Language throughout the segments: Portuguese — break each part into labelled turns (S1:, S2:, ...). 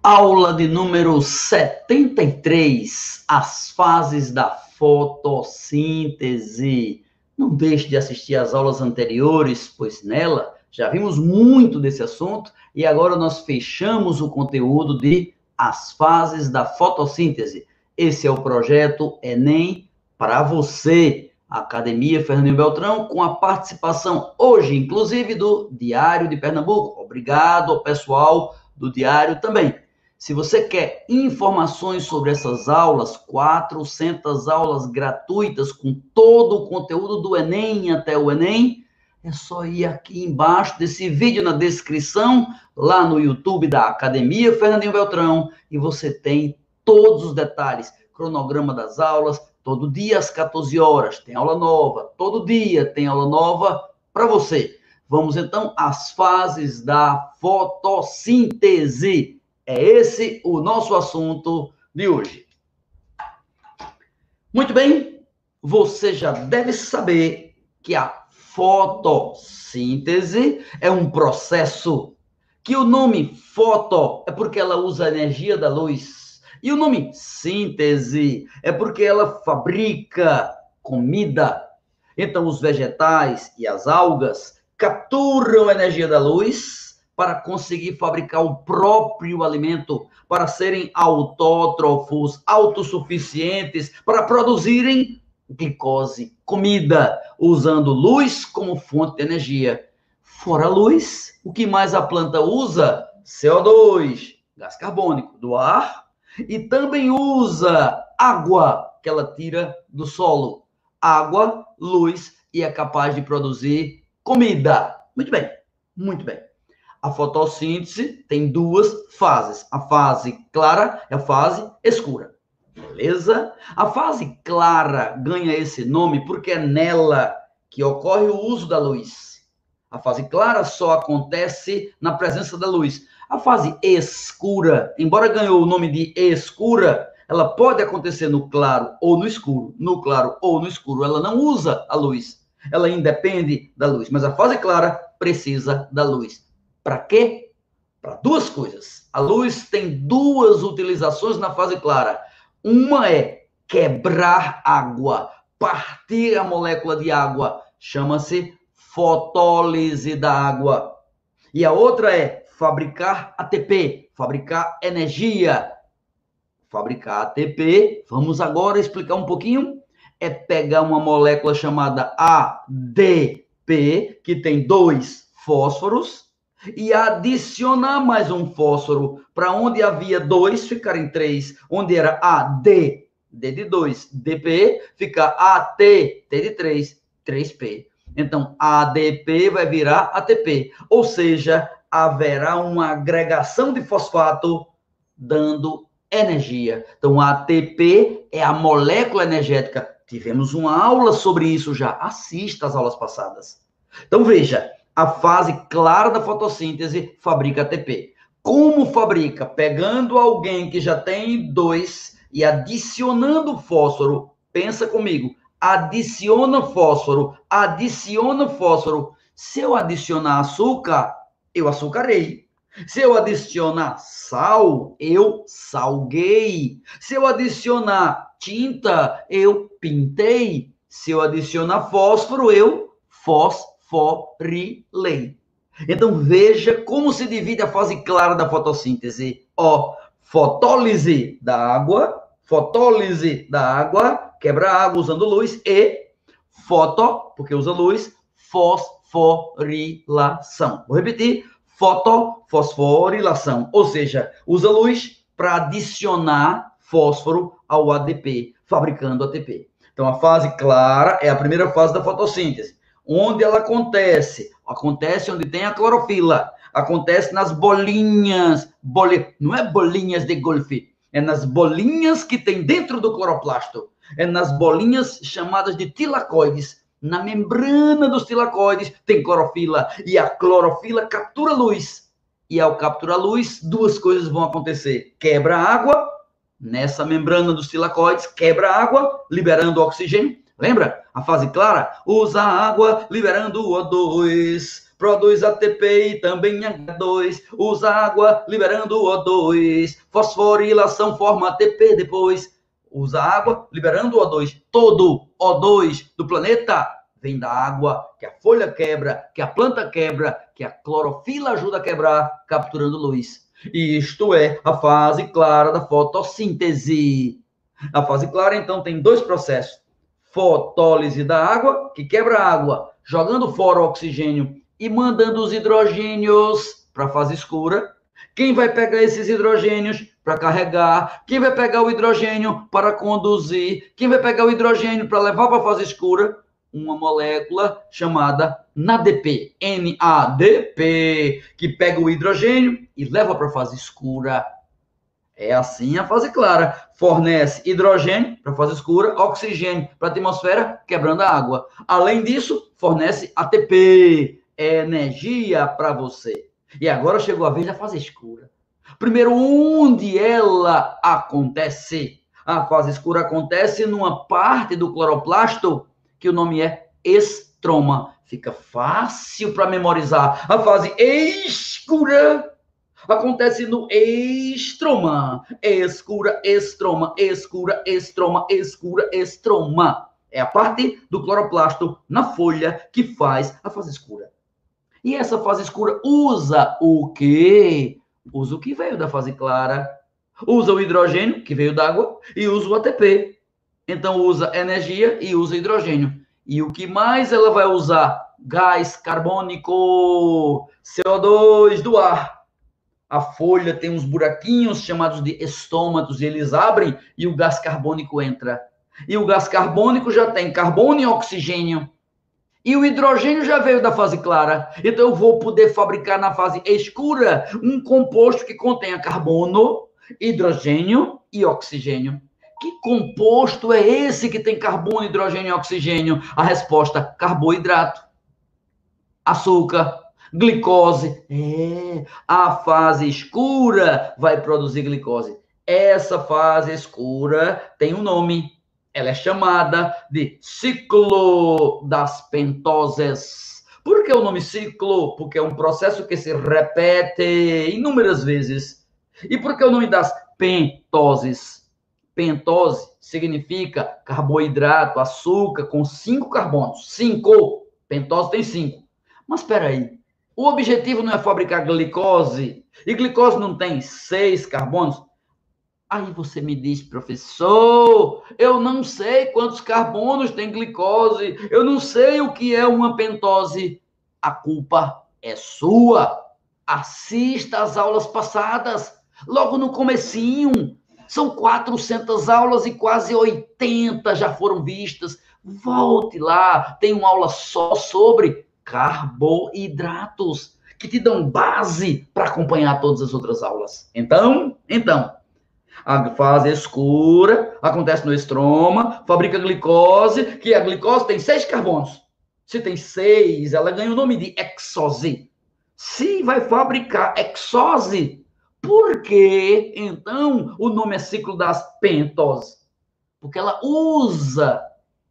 S1: Aula de número 73, as fases da fotossíntese. Não deixe de assistir às aulas anteriores, pois nela já vimos muito desse assunto e agora nós fechamos o conteúdo de as fases da fotossíntese. Esse é o projeto Enem para você, Academia Fernandinho Beltrão, com a participação hoje, inclusive, do Diário de Pernambuco. Obrigado ao pessoal do Diário também. Se você quer informações sobre essas aulas, 400 aulas gratuitas com todo o conteúdo do Enem até o Enem, é só ir aqui embaixo desse vídeo na descrição, lá no YouTube da Academia Fernandinho Beltrão, e você tem todos os detalhes, cronograma das aulas, todo dia às 14 horas tem aula nova, todo dia tem aula nova para você. Vamos então às fases da fotossíntese. É esse o nosso assunto de hoje. Muito bem, você já deve saber que a fotossíntese é um processo que o nome foto é porque ela usa a energia da luz e o nome síntese é porque ela fabrica comida. Então, os vegetais e as algas capturam a energia da luz para conseguir fabricar o próprio alimento, para serem autótrofos, autossuficientes, para produzirem glicose, comida, usando luz como fonte de energia. Fora a luz, o que mais a planta usa? CO2, gás carbônico do ar, e também usa água que ela tira do solo. Água, luz, e é capaz de produzir comida. Muito bem, muito bem. A fotossíntese tem duas fases. A fase clara e a fase escura. Beleza? A fase clara ganha esse nome porque é nela que ocorre o uso da luz. A fase clara só acontece na presença da luz. A fase escura, embora ganhou o nome de escura, ela pode acontecer no claro ou no escuro. No claro ou no escuro, ela não usa a luz. Ela independe da luz. Mas a fase clara precisa da luz. Para quê? Para duas coisas. A luz tem duas utilizações na fase clara. Uma é quebrar água, partir a molécula de água. Chama-se fotólise da água. E a outra é fabricar ATP, fabricar energia. Fabricar ATP, vamos agora explicar um pouquinho. É pegar uma molécula chamada ADP, que tem 2 fósforos, e adicionar mais um fósforo, para onde havia 2 ficarem 3, onde era AD, D de 2, DP, fica AT, T de 3, 3P. Então, ADP vai virar ATP, ou seja, haverá uma agregação de fosfato dando energia. Então, a ATP é a molécula energética. Tivemos uma aula sobre isso já. Assista às aulas passadas. Então, veja. A fase clara da fotossíntese fabrica ATP. Como fabrica? Pegando alguém que já tem 2 e adicionando fósforo. Pensa comigo. Adiciona fósforo. Adiciona fósforo. Se eu adicionar açúcar, eu açucarei. Se eu adicionar sal, eu salguei. Se eu adicionar tinta, eu pintei. Se eu adicionar fósforo, eu fosforilei. Então, veja como se divide a fase clara da fotossíntese. Fotólise da água, quebra a água usando luz, e foto, porque usa luz, fosforilação. Vou repetir, fosforilação, ou seja, usa luz para adicionar fósforo ao ADP, fabricando ATP. Então, a fase clara é a primeira fase da fotossíntese. Onde ela acontece? Acontece onde tem a clorofila. Acontece nas bolinhas. Não é bolinhas de golfe. É nas bolinhas que tem dentro do cloroplasto. É nas bolinhas chamadas de tilacoides. Na membrana dos tilacoides tem clorofila. E a clorofila captura luz. E ao capturar luz, duas coisas vão acontecer. Quebra a água. Nessa membrana dos tilacoides, quebra a água, liberando oxigênio. Lembra? A fase clara usa água liberando O2, produz ATP e também H2, usa água liberando O2, fosforilação forma ATP depois, usa água liberando O2. Todo O2 do planeta vem da água que a folha quebra, que a planta quebra, que a clorofila ajuda a quebrar, capturando luz. Isto é a fase clara da fotossíntese. A fase clara, então, tem dois processos. Fotólise da água, que quebra a água, jogando fora o oxigênio e mandando os hidrogênios para a fase escura. Quem vai pegar esses hidrogênios para carregar? Quem vai pegar o hidrogênio para conduzir? Quem vai pegar o hidrogênio para levar para a fase escura? Uma molécula chamada NADP, NADP, que pega o hidrogênio e leva para a fase escura. É assim a fase clara. Fornece hidrogênio para a fase escura, oxigênio para a atmosfera, quebrando a água. Além disso, fornece ATP, energia para você. E agora chegou a vez da fase escura. Primeiro, onde ela acontece? A fase escura acontece numa parte do cloroplasto que o nome é estroma. Fica fácil para memorizar. A fase escura acontece no estroma. Escura, estroma, escura, estroma, escura, estroma. É a parte do cloroplasto na folha que faz a fase escura. E essa fase escura usa o quê? Usa o que veio da fase clara. Usa o hidrogênio, que veio d'água, e usa o ATP. Então, usa energia e usa hidrogênio. E o que mais ela vai usar? Gás carbônico, CO2 do ar. A folha tem uns buraquinhos chamados de estômatos, e eles abrem e o gás carbônico entra. E o gás carbônico já tem carbono e oxigênio. E o hidrogênio já veio da fase clara. Então eu vou poder fabricar na fase escura um composto que contenha carbono, hidrogênio e oxigênio. Que composto é esse que tem carbono, hidrogênio e oxigênio? A resposta: carboidrato, açúcar, glicose. A fase escura vai produzir glicose. Essa fase escura tem um nome. Ela é chamada de ciclo das pentoses. Por que o nome ciclo? Porque é um processo que se repete inúmeras vezes. E por que o nome das pentoses? Pentose significa carboidrato, açúcar com 5 carbonos. 5. Pentose tem 5. Mas espera aí. O objetivo não é fabricar glicose? E glicose não tem 6 carbonos? Aí você me diz, professor, eu não sei quantos carbonos tem glicose, eu não sei o que é uma pentose. A culpa é sua. Assista às aulas passadas, logo no comecinho. São 400 aulas e quase 80 já foram vistas. Volte lá, tem uma aula só sobre carboidratos, que te dão base para acompanhar todas as outras aulas. Então, a fase escura acontece no estroma, fabrica glicose, que a glicose tem 6 carbonos. Se tem 6, ela ganha o nome de hexose. Se vai fabricar hexose, por que, então, o nome é ciclo das pentoses? Porque ela usa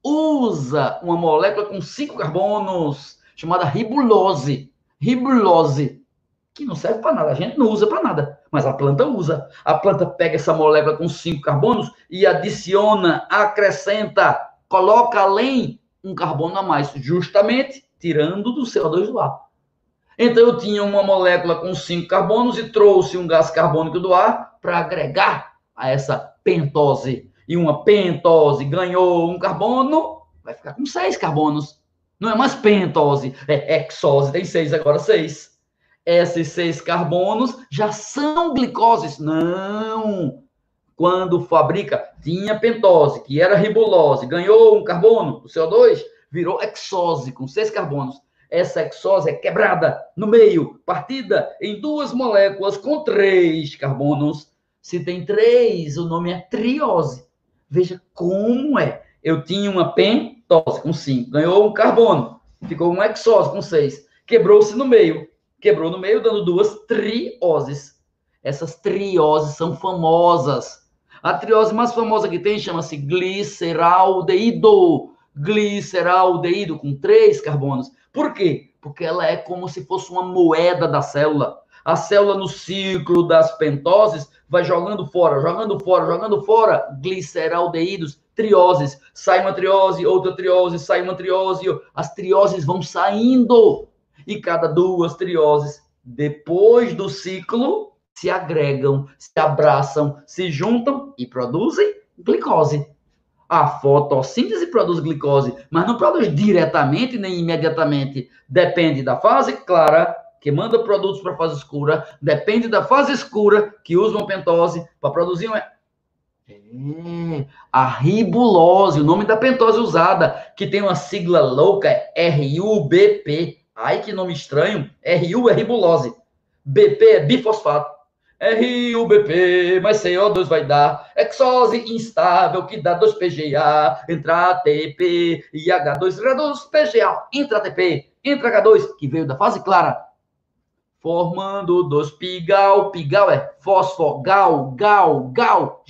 S1: uma molécula com 5 carbonos, chamada ribulose. Ribulose, que não serve para nada, a gente não usa para nada, mas a planta usa. A planta pega essa molécula com 5 carbonos e adiciona, acrescenta, coloca além um carbono a mais, justamente tirando do CO2 do ar. Então eu tinha uma molécula com 5 carbonos e trouxe um gás carbônico do ar para agregar a essa pentose. E uma pentose ganhou um carbono, vai ficar com 6 carbonos. Não é mais pentose, é hexose, tem 6, agora 6. Esses 6 carbonos já são glicoses. Não! Quando fabrica, tinha pentose, que era ribulose, ganhou um carbono, o CO2, virou hexose, com 6 carbonos. Essa hexose é quebrada no meio, partida em 2 moléculas com 3 carbonos. Se tem 3, o nome é triose. Veja como é. Eu tinha uma pentose com 5, ganhou um carbono, ficou uma hexose com 6, quebrou-se no meio. Quebrou no meio, dando 2 trioses. Essas trioses são famosas. A triose mais famosa que tem chama-se gliceraldeído. gliceraldeído com 3 carbonos. Por quê? Porque ela é como se fosse uma moeda da célula. A célula, no ciclo das pentoses, vai jogando fora, jogando fora, jogando fora gliceraldeídos, trioses. Sai uma triose, outra triose, sai uma triose. As trioses vão saindo. E cada 2 trioses, depois do ciclo, se agregam, se abraçam, se juntam e produzem glicose. A fotossíntese produz glicose, mas não produz diretamente nem imediatamente. Depende da fase clara, que manda produtos para a fase escura, depende da fase escura, que usa uma pentose para produzir uma... a ribulose, o nome da pentose usada, que tem uma sigla louca, é RUBP. Ai, que nome estranho. RU é ribulose. BP é bifosfato. RUBP, mais CO2 vai dar hexose instável que dá 2PGA, entra ATP e H2 reduz PGA, entra ATP, entra H2, que veio da fase clara, formando 2-pigal, pigal é fósforo, gal, GAL,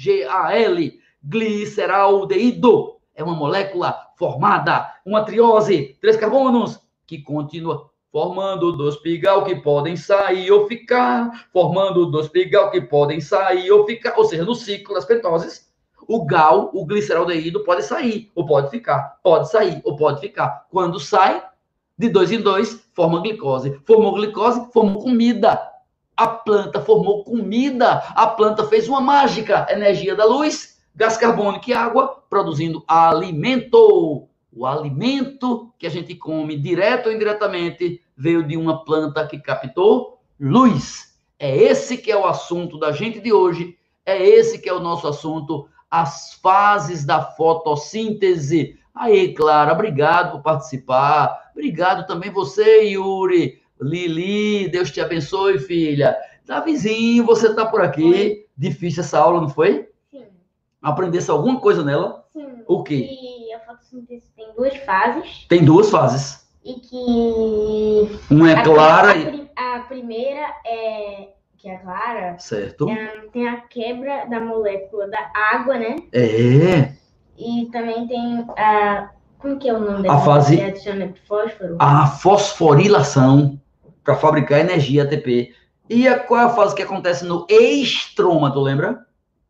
S1: gliceraldeído, é uma molécula formada, uma triose, 3 carbonos, que continua formando 2-pigal que podem sair ou ficar, formando 2-pigal que podem sair ou ficar, ou seja, no ciclo das pentoses, o gal, o gliceraldeído, pode sair ou pode ficar, pode sair ou pode ficar. Quando sai, de 2 em 2, forma glicose. Formou glicose, formou comida. A planta formou comida, a planta fez uma mágica, energia da luz, gás carbônico e água, produzindo alimento. O alimento que a gente come, direto ou indiretamente, veio de uma planta que captou luz. É esse que é o assunto da gente de hoje. É esse que é o nosso assunto, as fases da fotossíntese. Aí, Clara, obrigado por participar. Obrigado também você, Yuri. Lili, Deus te abençoe, filha. Davizinho, você tá por aqui.
S2: Oi.
S1: Difícil essa aula, não foi?
S2: Sim.
S1: Aprendesse alguma coisa nela?
S2: Sim.
S1: O quê?
S2: E a fotossíntese tem 2 fases.
S1: Tem 2 fases.
S2: E que...
S1: Uma é clara e...
S2: A primeira é... que é clara.
S1: Certo.
S2: Tem a quebra da molécula da água, né?
S1: É.
S2: E também tem a... Como que é o nome
S1: A fase...
S2: que adiciona fósforo?
S1: A fosforilação para fabricar energia ATP. E qual é a fase que acontece no estroma, tu lembra?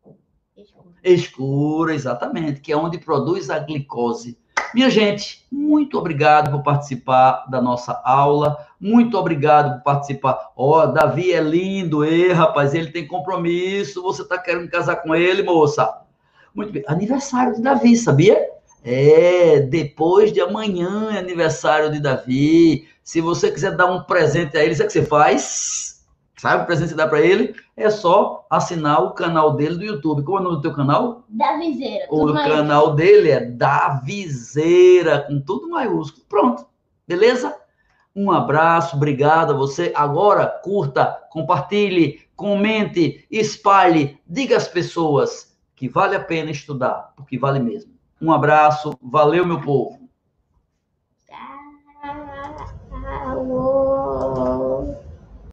S1: Escura, exatamente, que é onde produz a glicose. Minha gente, muito obrigado por participar da nossa aula, muito obrigado por participar. Ó, Davi é lindo, rapaz, ele tem compromisso, você tá querendo casar com ele, moça? Muito bem, aniversário de Davi, sabia? Depois de amanhã é aniversário de Davi. Se você quiser dar um presente a ele, sabe o que você faz? Sabe o presente que você dá para ele? É só assinar o canal dele do YouTube. Qual é o nome do teu canal?
S2: Davizeira.
S1: O canal dele é Davizeira, com tudo maiúsculo. Pronto, beleza? Um abraço, obrigado a você. Agora, curta, compartilhe, comente, espalhe, diga às pessoas que vale a pena estudar, porque vale mesmo. Um abraço, valeu, meu povo.